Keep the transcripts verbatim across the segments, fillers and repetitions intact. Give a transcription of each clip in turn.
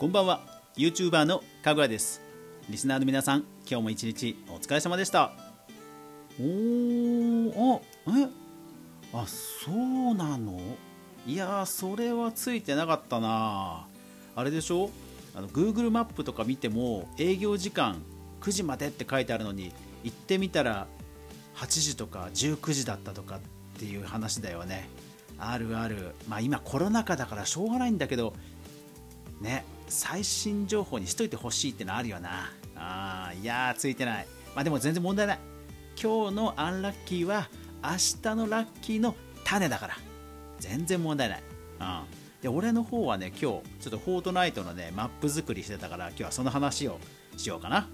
こんばんは、 YouTuber のかぐわです。リスナーの皆さん、今日も一日お疲れ様でした。おー、あ、えあ、そうなの？いやー、それはついてなかったな。あれでしょ、あの Google マップとか見ても営業時間くじまでって書いてあるのに、行ってみたらはちじとかじゅうくじだったとかっていう話だよね。あるある。まあ今コロナ禍だからしょうがないんだけどね、最新情報にしといてほしいってのあるよな。あー、いやー、ついてない。まあでも全然問題ない。今日のアンラッキーは明日のラッキーの種だから全然問題ない。うん、で俺の方はね、今日ちょっとフォートナイトのねマップ作りしてたから、今日はその話をしようかな。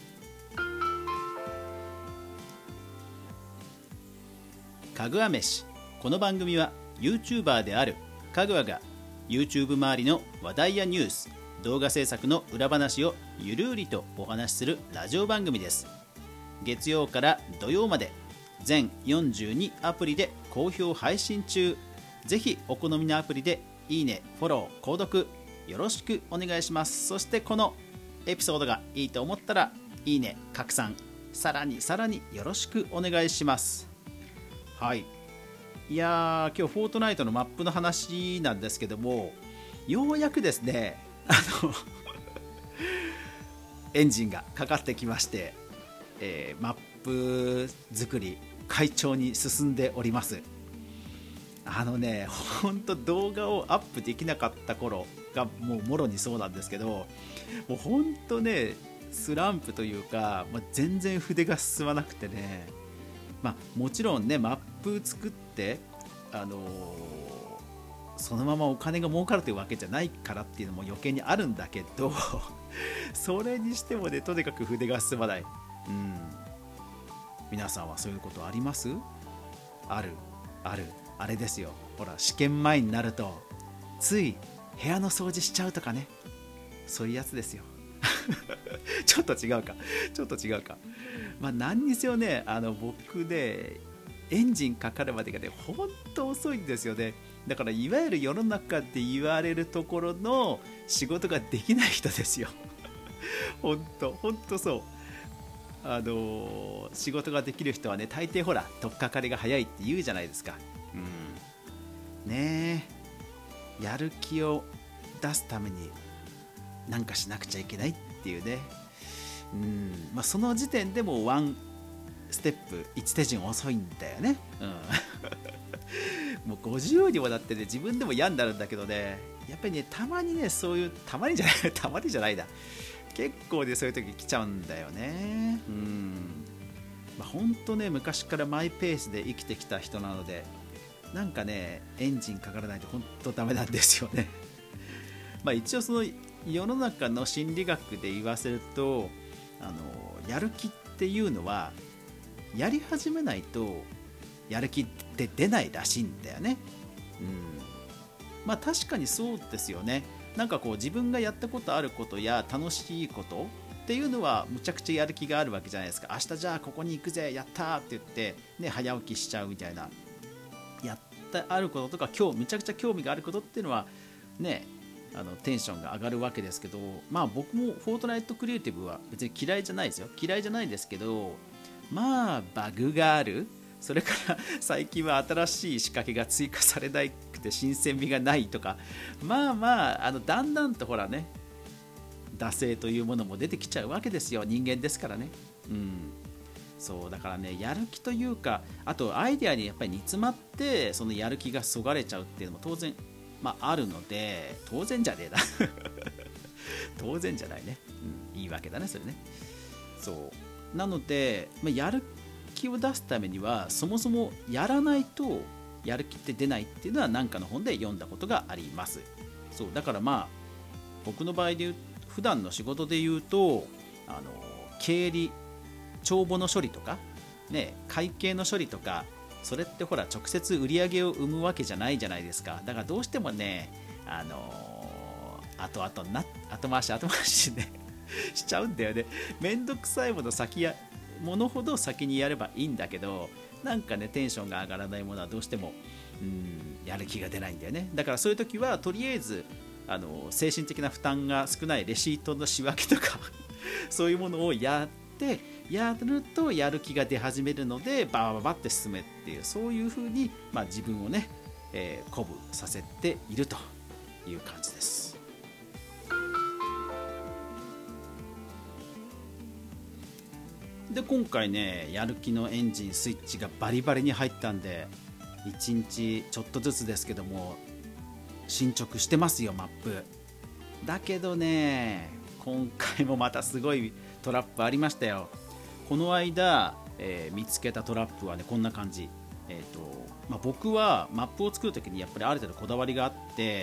かぐわ飯。この番組は YouTuber であるかぐわが YouTube 周りの話題やニュース、動画制作の裏話をゆるりとお話しするラジオ番組です。月曜から土曜まで全よんじゅうにアプリで好評配信中。ぜひお好みのアプリでいいね、フォロー、購読よろしくお願いします。そしてこのエピソードがいいと思ったらいいね、拡散、さらにさらによろしくお願いします。はい、いやー、今日フォートナイトのマップの話なんですけども、ようやくですね、あのエンジンがかかってきまして、えー、マップ作り快調に進んでおります。あのね、ほんと動画をアップできなかった頃がもうもろにそうなんですけど、もうほんとねスランプというか、まあ、全然筆が進まなくてね、まあ、もちろんねマップ作って、あのー、そのままお金が儲かるというわけじゃないからっていうのも余計にあるんだけどそれにしてもね、とにかく筆が進まない。うん、皆さんはそういうことあります？あるある。あれですよ、ほら試験前になるとつい部屋の掃除しちゃうとかね、そういうやつですよちょっと違うかちょっと違うか。まあ何にせよね、あの僕ねエンジンかかるまでがねほんと遅いんですよね。だからいわゆる世の中で言われるところの仕事ができない人ですよほんとほんとそう。あのー、仕事ができる人はね大抵ほら取っかかりが早いって言うじゃないですか。うん、ねえ、やる気を出すために何かしなくちゃいけないっていうね。うん、まあ、その時点でもワンステップいち手順遅いんだよね。うん、もうごじゅうにもなってね自分でも嫌になるんだけどね、やっぱりねたまにねそういうたまにじゃないたまにじゃないだ結構ねそういう時来ちゃうんだよね。うん、まあ、ほんとね昔からマイペースで生きてきた人なので、なんかねエンジンかからないとほんとダメなんですよねまあ一応その世の中の心理学で言わせると、あのやる気っていうのはやり始めないとやる気って出ないらしいんだよね。うん、まあ確かにそうですよね。なんかこう自分がやったことあることや楽しいことっていうのはむちゃくちゃやる気があるわけじゃないですか。明日じゃあここに行くぜ、やったーって言って、ね、早起きしちゃうみたいな。やったあることとか今日めちゃくちゃ興味があることっていうのはね、あのテンションが上がるわけですけど、まあ僕もフォートナイトクリエイティブは別に嫌いじゃないですよ。嫌いじゃないですけど、まあバグがある。それから最近は新しい仕掛けが追加されなくて新鮮味がないとか、まあまあ、あのだんだんとほらね惰性というものも出てきちゃうわけですよ。人間ですからね。うん、そうだからね、やる気というか、あとアイデアにやっぱり煮詰まってそのやる気がそがれちゃうっていうのも当然、まあ、あるので、当然じゃねえな当然じゃないね、うん、いいわけだねそれね。そうなので、まあ、やる気を出すためにはそもそもやらないとやる気って出ないっていうのは何かの本で読んだことがあります。そうだからまあ僕の場合で言う、普段の仕事で言うと、あの経理帳簿の処理とか、ね、会計の処理とか、それってほら直接売り上げを生むわけじゃないじゃないですか。だからどうしてもね、あのー、後々な後回し後回しねしちゃうんだよね。めんどくさいもの先やものほど先にやればいいんだけど、なんかねテンションが上がらないものはどうしてもうんやる気が出ないんだよね。だからそういう時はとりあえずあの精神的な負担が少ないレシートの仕分けとかそういうものをやってやるとやる気が出始めるのでババババって進めっていう、そういうふうに、まあ、自分をね、えー、鼓舞させているという感じです。で今回ね、やる気のエンジンスイッチがバリバリに入ったんで、いちにちちょっとずつですけども進捗してますよ、マップ。だけどね、今回もまたすごいトラップありましたよ。この間、えー、見つけたトラップはね、こんな感じ。えーとまあ、僕はマップを作るときにやっぱりある程度こだわりがあって、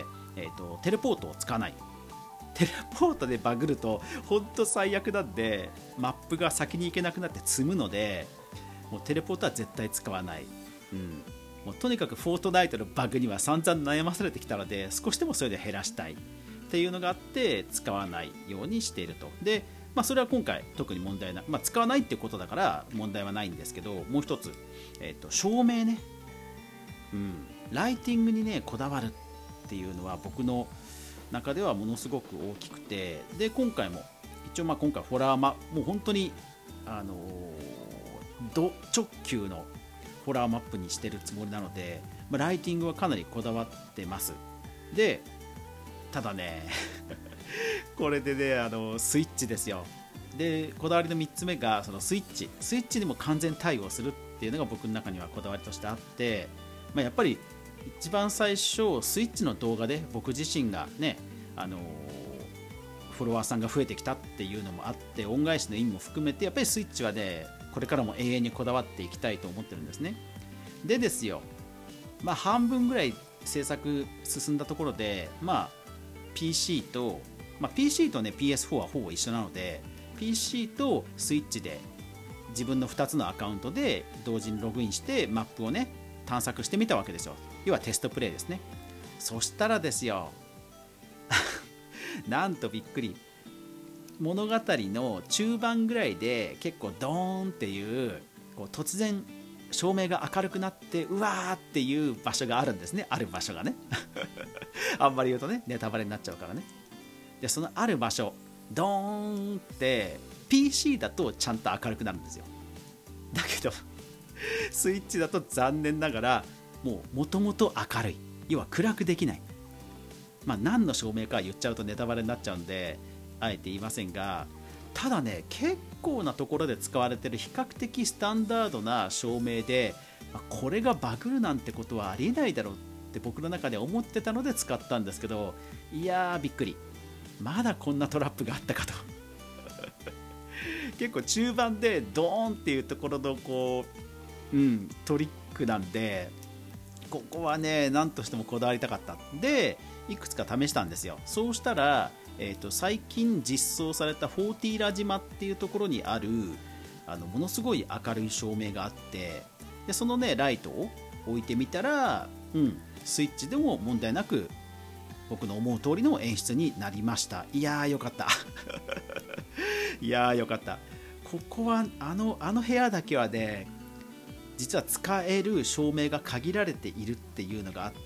えーとテレポートを使わない。テレポートでバグると本当最悪なんで、マップが先に行けなくなって積むので、もうテレポートは絶対使わない。うん、もうとにかくフォートナイトのバグには散々悩まされてきたので、少しでもそれで減らしたいっていうのがあって使わないようにしていると。で、まあ、それは今回特に問題な、まあ、使わないっていうことだから問題はないんですけど、もう一つ、えーと、照明ね、うん、ライティングにねこだわるっていうのは僕の中ではものすごく大きくて、で今回も一応まあ今回ホラーマもう本当にあのー、ド直球のホラーマップにしてるつもりなので、まあ、ライティングはかなりこだわってます。でただねこれでね、あのスイッチですよ。でこだわりのみっつめがそのスイッチスイッチにも完全対応するっていうのが僕の中にはこだわりとしてあって、まあ、やっぱり一番最初スイッチの動画で僕自身がね、あのー、フォロワーさんが増えてきたっていうのもあって、恩返しの意味も含めてやっぱりスイッチはねこれからも永遠にこだわっていきたいと思ってるんですね。でですよ、まあ半分ぐらい制作進んだところで、まあ ピーシー と、まあ、ピーシー とね ピーエスフォー はほぼ一緒なので、 ピーシー とスイッチで自分のふたつのアカウントで同時にログインしてマップをね探索してみたわけですよ。要はテストプレイですね。そしたらですよなんとびっくり、物語の中盤ぐらいで結構ドーンっていうこう突然照明が明るくなってうわーっていう場所があるんですね。ある場所がねあんまり言うとねネタバレになっちゃうからね。でそのある場所ドーンって ピーシー だとちゃんと明るくなるんですよ。だけどスイッチだと残念ながらもう元々明るい、要は暗くできない。まあ何の照明か言っちゃうとネタバレになっちゃうんであえて言いませんが、ただね結構なところで使われてる比較的スタンダードな照明で、これがバグるなんてことはありえないだろうって僕の中で思ってたので使ったんですけど、いやーびっくり、まだこんなトラップがあったかと結構中盤でドーンっていうところのこう、うん、トリックなんで、ここはね何としてもこだわりたかったでいくつか試したんですよ。そうしたら、えーと、最近実装されたフォーティーラ島っていうところにあるあのものすごい明るい照明があって、でそのねライトを置いてみたら、うん、スイッチでも問題なく僕の思う通りの演出になりました。いやーよかったいやーよかった。ここはあのあの部屋だけはね実は使える照明が限られているっていうのがあって、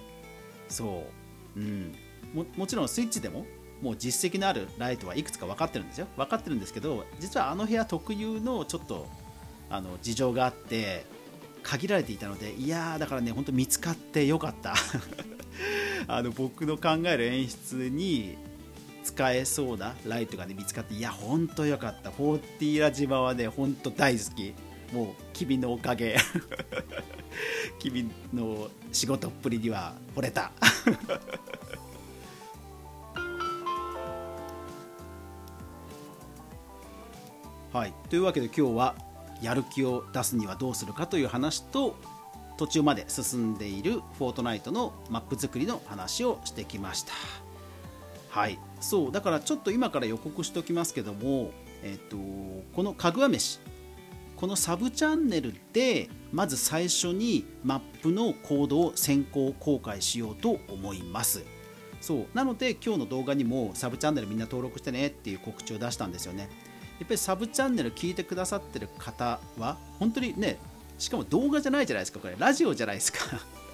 そう、うん、も, もちろんスイッチでももう実績のあるライトはいくつか分かってるんですよ。分かってるんですけど、実はあの部屋特有のちょっとあの事情があって限られていたので、いやーだからね本当見つかってよかったあの僕の考える演出に使えそうなライトが、ね、見つかって、いや本当よかった。フォーティーラ島はね本当大好き。もう君のおかげ君の仕事っぷりには惚れたはい、というわけで今日はやる気を出すにはどうするかという話と、途中まで進んでいるフォートナイトのマップ作りの話をしてきました。はい、そうだからちょっと今から予告しておきますけども、えっと、このかぐわ飯このサブチャンネルでまず最初にマップのコードを先行公開しようと思います。そうなので今日の動画にもサブチャンネルみんな登録してねっていう告知を出したんですよね。やっぱりサブチャンネル聞いてくださってる方は本当にね、しかも動画じゃないじゃないですか、これラジオじゃないですか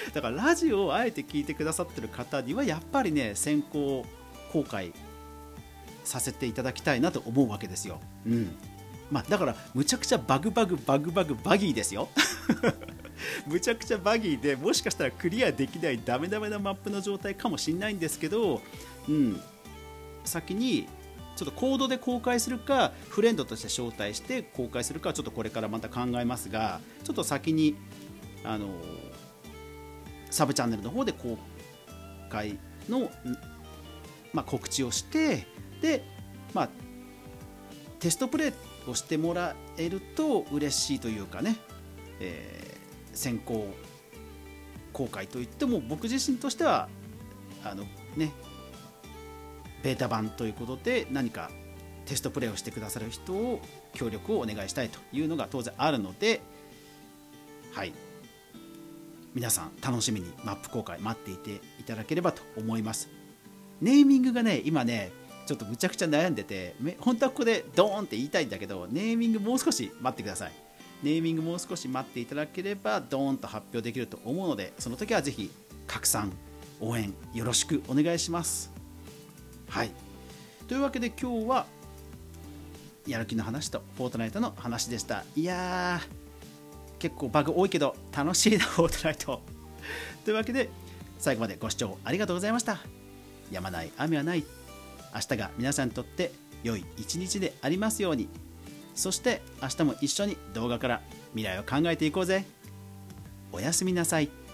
だからラジオをあえて聞いてくださってる方にはやっぱりね先行公開させていただきたいなと思うわけですよ、うんまあ、だからむちゃくちゃバグバグバグバグバギーですよむちゃくちゃバギーでもしかしたらクリアできないダメダメなマップの状態かもしれないんですけど、うん、先にちょっとコードで公開するかフレンドとして招待して公開するかはちょっとこれからまた考えますが、ちょっと先にあのサブチャンネルの方で公開の、まあ、告知をしてで、まあ、テストプレイをしてもらえると嬉しいというかね、えー、先行公開といっても僕自身としてはあのねベータ版ということで何かテストプレイをしてくださる人を協力をお願いしたいというのが当然あるので、はい皆さん楽しみにマップ公開待っていていただければと思います。ネーミングがね今ねちょっとむちゃくちゃ悩んでて、本当はここでドーンって言いたいんだけどネーミングもう少し待ってください。ネーミングもう少し待っていただければドーンと発表できると思うので、その時はぜひ拡散応援よろしくお願いします。はいというわけで今日はやる気の話とフォートナイトの話でした。いやー結構バグ多いけど楽しいなフォートナイトというわけで最後までご視聴ありがとうございました。止まない雨はない、明日が皆さんにとって良い一日でありますように。そして明日も一緒に動画から未来を考えていこうぜ。おやすみなさい。